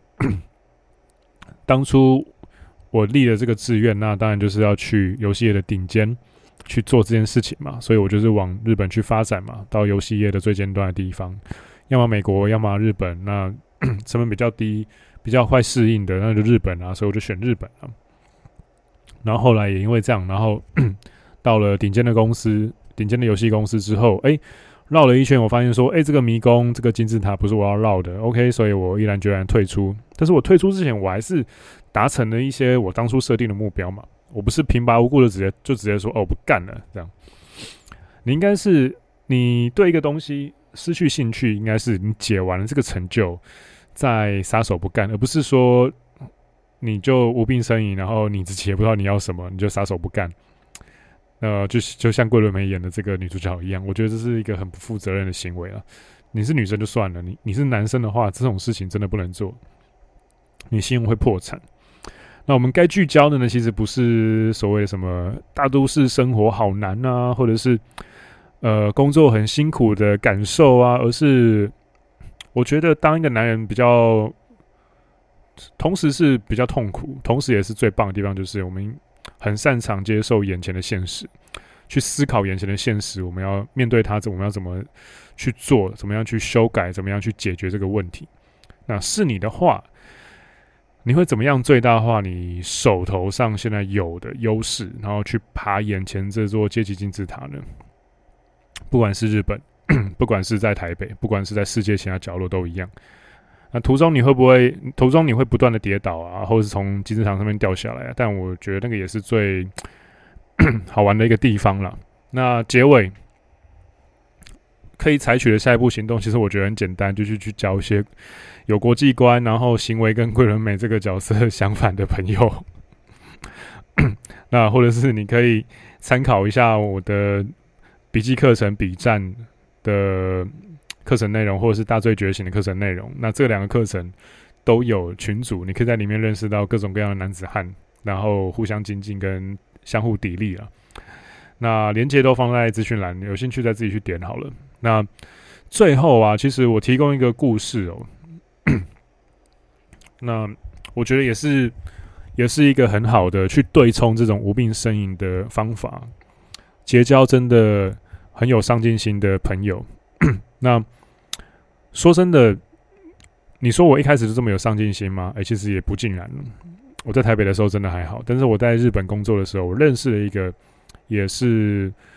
当初我立了这个志愿，那当然就是要去游戏业的顶尖去做这件事情嘛，所以我就是往日本去发展嘛，到游戏业的最尖端的地方，要么美国，要么日本。那成本比较低、比较快适应的，那就日本啊，所以我就选日本了。然后后来也因为这样，然后到了顶尖的公司、顶尖的游戏公司之后，哎、欸，绕了一圈，我发现说，哎、欸，这个迷宫、这个金字塔不是我要绕的 ，OK， 所以我毅然决然退出。但是我退出之前，我还是达成了一些我当初设定的目标嘛。我不是平白无故的直接就直接说，哦，不干了这样。你应该是你对一个东西失去兴趣，应该是你解完了这个成就，再撒手不干，而不是说你就无病呻吟，然后你自己也不知道你要什么，你就撒手不干。呃，就就像桂纶镁演的这个女主角一样，我觉得这是一个很不负责任的行为啊。你是女生就算了，你你是男生的话，这种事情真的不能做，你信用会破产。那我们该聚焦的呢，其实不是所谓的什么大都市生活好难啊，或者是呃工作很辛苦的感受啊，而是我觉得当一个男人比较，同时是比较痛苦，同时也是最棒的地方，就是我们很擅长接受眼前的现实，去思考眼前的现实，我们要面对它，我们要怎么去做，怎么样去修改，怎么样去解决这个问题。那是你的话，你会怎么样最大化你手头上现在有的优势，然后去爬眼前这座阶级金字塔呢？不管是日本，不管是在台北，不管是在世界其他角落都一样。那途中你会不会，途中你会不断的跌倒啊，或者是从金字塔上面掉下来啊？但我觉得那个也是最好玩的一个地方啦。那结尾可以采取的下一步行动，其实我觉得很简单，就是去交一些有国际观，然后行为跟桂纶镁这个角色相反的朋友。那或者是你可以参考一下我的笔记课程笔战的课程内容，或者是大罪觉醒的课程内容。那这两个课程都有群组，你可以在里面认识到各种各样的男子汉，然后互相精进跟相互砥砺啊。那连结都放在资讯栏，有兴趣再自己去点好了。那最后啊，其实我提供一个故事哦，那我觉得也是也是一个很好的去对冲这种无病呻吟的方法，结交真的很有上进心的朋友。那说真的，你说我一开始就这么有上进心吗？哎、欸，其实也不尽然。我在台北的时候真的还好，但是我在日本工作的时候，我认识了一个也是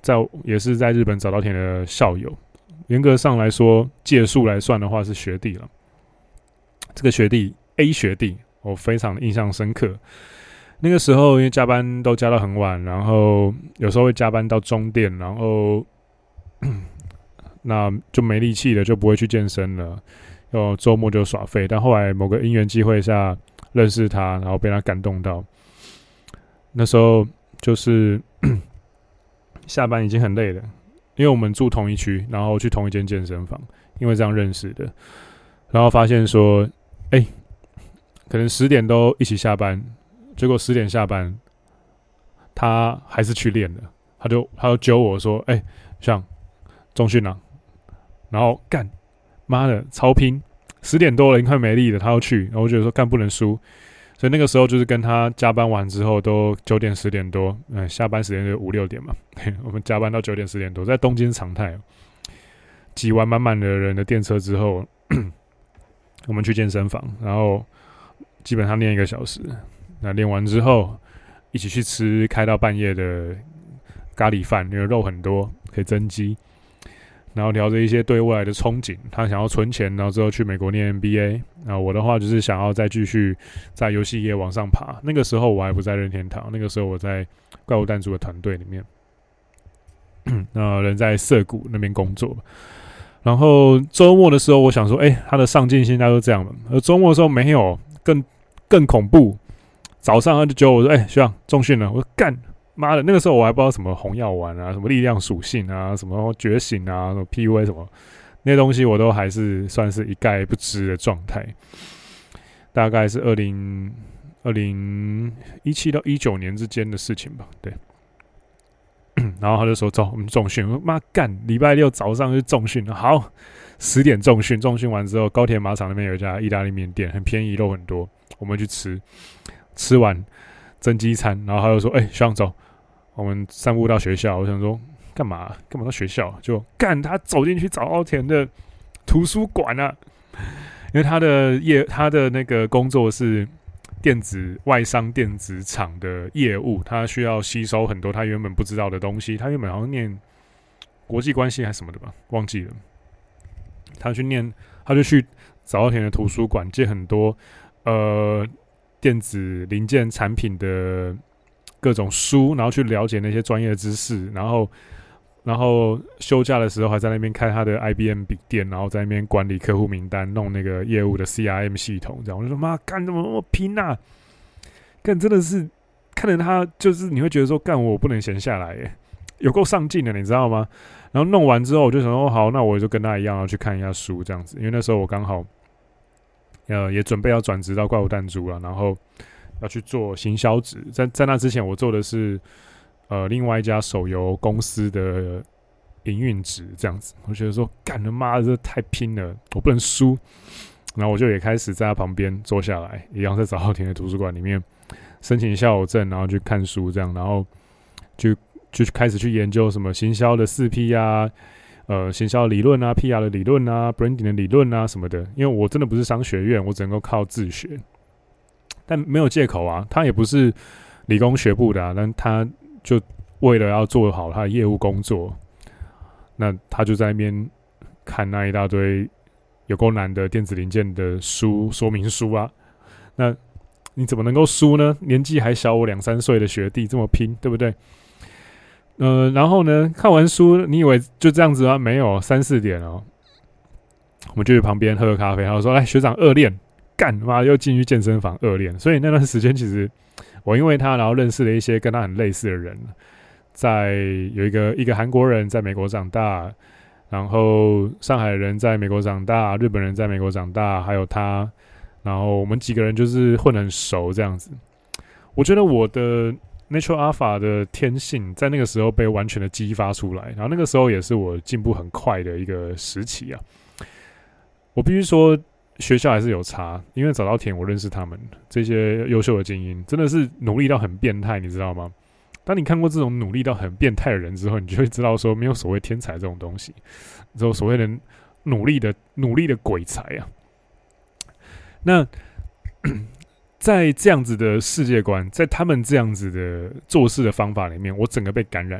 在也是在日本早稻田的校友，严格上来说，届数来算的话是学弟了。这个学弟 A 学弟，我非常的印象深刻。那个时候因为加班都加到很晚，然后有时候会加班到中电，然后那就没力气了，就不会去健身了。然后周末就耍废，但后来某个因缘机会下认识他，然后被他感动到。那时候就是下班已经很累了，因为我们住同一区，然后去同一间健身房，因为这样认识的。然后发现说，哎、欸，可能十点都一起下班，结果十点下班，他还是去练了。他就他就揪我说，哎、欸，像重训啊，然后干。妈的，超拼！十点多了，已经快没力了，他要去，然后我觉得说干不能输，所以那个时候就是跟他加班完之后，都九点十点多，嗯，下班时间就五六点嘛，我们加班到九点十点多，在东京常态，挤完满满的人的电车之后，我们去健身房，然后基本上练一个小时，那练完之后，一起去吃开到半夜的咖喱饭，因为肉很多，可以增肌。然后聊着一些对未来的憧憬，他想要存钱，然后之后去美国念 M B A。然后我的话就是想要再继续在游戏业往上爬。那个时候我还不在任天堂，那个时候我在怪物弹珠的团队里面，那人在涩谷那边工作。然后周末的时候，我想说，哎、欸，他的上进心大概都这样了。而周末的时候没有，更更恐怖。早上他就揪我说，哎、欸，学长重训了，我说干。妈的，那个时候我还不知道什么红药丸啊，什么力量属性啊，什么觉醒啊，什么 P U A 什么那些东西，我都还是算是一概不知的状态。大概是二零二零一七到一九年之间的事情吧，对。然后他就说：“走，我们重训。”我说：“妈干，礼拜六早上就重训，好，十点重训。重训完之后，高铁马场那边有一家意大利面店，很便宜，肉很多，我们去吃。吃完蒸鸡餐，然后他就说：‘哎、欸，学长走。’我们散步到学校，我想说干嘛？干嘛到学校？就干他走进去早稻田的图书馆啊，因为他的业，他的那个工作是电子外商电子厂的业务，他需要吸收很多他原本不知道的东西。他原本好像念国际关系还是什么的吧，忘记了。他去念，他就去早稻田的图书馆借很多呃电子零件产品的各种书，然后去了解那些专业的知识，然后，然后休假的时候还在那边开他的 I B M 笔电，然后在那边管理客户名单，弄那个业务的 C R M 系统，这样我就说妈，干怎么那么拼啊？干真的是看着他，就是你会觉得说，干我不能闲下来耶，有够上进的，你知道吗？然后弄完之后，我就想说，好，那我就跟他一样，要去看一下书这样子，因为那时候我刚好，呃，也准备要转职到怪物弹珠了，然后。要去做行销职，在在那之前，我做的是呃另外一家手游公司的营运职，这样子。我觉得说，干他妈的，这太拼了，我不能输。然后我就也开始在他旁边坐下来，一样在早稻田的图书馆里面申请校友证，然后去看书，这样，然后就就开始去研究什么行销的四 P 啊，呃，行销理论啊 ，P R 的理论啊 ，branding 的理论啊什么的。因为我真的不是商学院，我只能够靠自学。但没有借口啊，他也不是理工学部的啊，但他就为了要做好他的业务工作，那他就在那边看那一大堆有够难的电子零件的书说明书啊，那你怎么能够输呢？年纪还小我两三岁的学弟这么拼，对不对？呃，然后呢，看完书，你以为就这样子吗？没有，三四点哦，我们就去旁边喝个咖啡，然后说：“来，学长恶练。”干妈又进去健身房恶练，所以那段时间其实我因为他，然后认识了一些跟他很类似的人，在有一个一个韩国人在美国长大，然后上海人在美国长大，日本人在美国长大，还有他，然后我们几个人就是混得很熟这样子。我觉得我的 Natural Alpha 的天性在那个时候被完全的激发出来，然后那个时候也是我进步很快的一个时期啊。我必须说。学校还是有差，因为早稻田我认识他们这些优秀的精英，真的是努力到很变态，你知道吗？当你看过这种努力到很变态的人之后，你就会知道说，没有所谓天才这种东西，只有所谓的努力的努力的鬼才啊。那在这样子的世界观，在他们这样子的做事的方法里面，我整个被感染。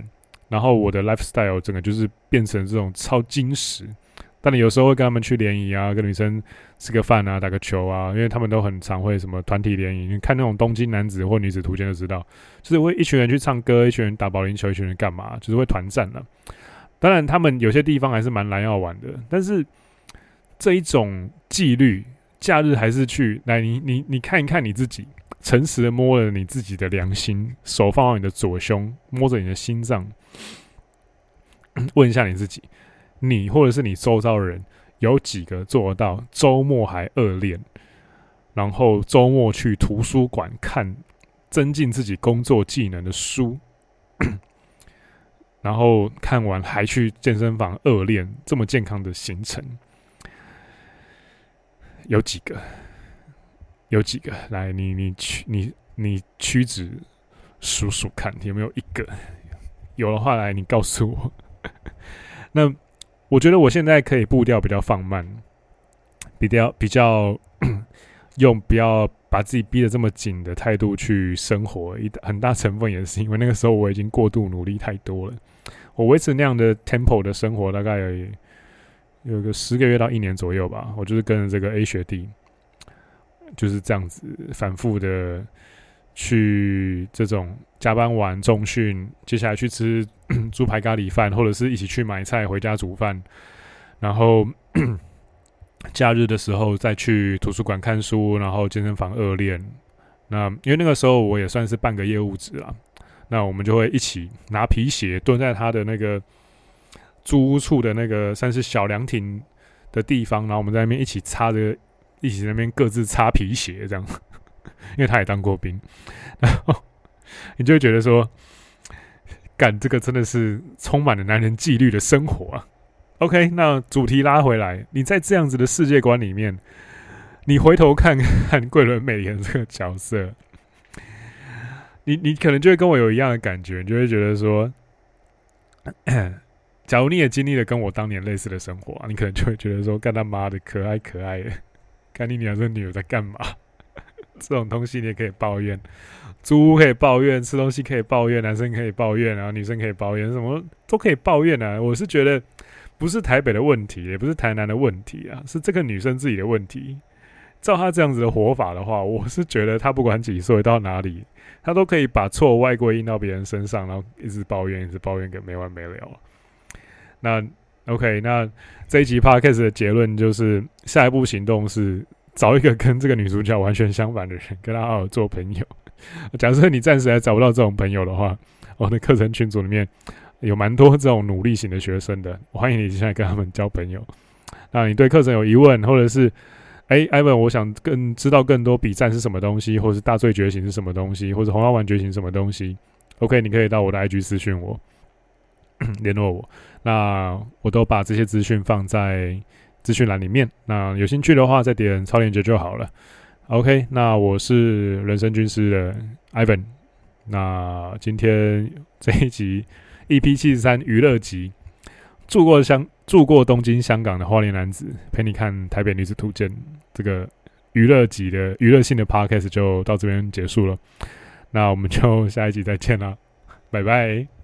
然后我的 lifestyle 整个就是变成这种超精实。但你有时候会跟他们去联谊啊，跟女生吃个饭啊，打个球啊，因为他们都很常会什么团体联谊。你看那种东京男子或女子图鉴就知道，就是会一群人去唱歌，一群人打保龄球，一群人干嘛，就是会团战了。当然，他们有些地方还是蛮蓝要玩的，但是这一种纪律，假日还是去来你你你看一看你自己，诚实的摸了你自己的良心，手放到你的左胸，摸着你的心脏，问一下你自己。你或者是你周遭的人有几个做得到周末还恶练，然后周末去图书馆看增进自己工作技能的书，然后看完还去健身房恶练，这么健康的行程，有几个？有几个？来，你你你你屈指数数看，有没有一个？有的话，来你告诉我。那我觉得我现在可以步调比较放慢，比较比较用不要把自己逼得这么紧的态度去生活，一很大成分也是因为那个时候我已经过度努力太多了。我维持那样的 tempo 的生活大概有有个十个月到一年左右吧，我就是跟着这个 A 学弟就是这样子反复的去这种加班完重训，接下来去吃猪排咖喱饭，或者是一起去买菜回家煮饭，然后假日的时候再去图书馆看书，然后健身房恶练。那因为那个时候我也算是半个业务职啦，那我们就会一起拿皮鞋蹲在他的那个租屋处的那个算是小凉亭的地方，然后我们在那边一起擦着，一起在那边各自擦皮鞋这样。因为他也当过兵，然后你就会觉得说，干这个真的是充满了男人纪律的生活啊。OK， 那主题拉回来，你在这样子的世界观里面，你回头看看桂纶镁演这个角色，你你可能就会跟我有一样的感觉，你就会觉得说，假如你也经历了跟我当年类似的生活、啊，你可能就会觉得说，干他妈的可爱可爱的，干你娘这女的在干嘛？这种东西你也可以抱怨，租屋可以抱怨，吃东西可以抱怨，男生可以抱怨，然后女生可以抱怨，什么都可以抱怨啊！我是觉得不是台北的问题，也不是台南的问题啊，是这个女生自己的问题。照她这样子的活法的话，我是觉得她不管几岁到哪里，她都可以把错外归因到别人身上，然后一直抱怨，一直抱怨个没完没了。那 OK， 那这一集 Podcast 的结论就是，下一步行动是找一个跟这个女主角完全相反的人，跟她好好做朋友。假设你暂时还找不到这种朋友的话，我的课程群组里面有蛮多这种努力型的学生的，我欢迎你现在跟他们交朋友。那你对课程有疑问，或者是哎 ，Ivan， 我想更知道更多比战是什么东西，或者是大罪觉醒是什么东西，或者红药丸觉醒是什么东西 ，OK， 你可以到我的 I G 私讯我，联络我。那我都把这些资讯放在资讯栏里面，那有兴趣的话再点超链接就好了。OK， 那我是人生军师的 Ivan， 那今天这一集 E P 七十三娱乐集，住过香住过东京、香港的花莲男子陪你看台北女子图鉴，这个娱乐集的娱乐性的 Podcast 就到这边结束了。那我们就下一集再见啦，拜拜。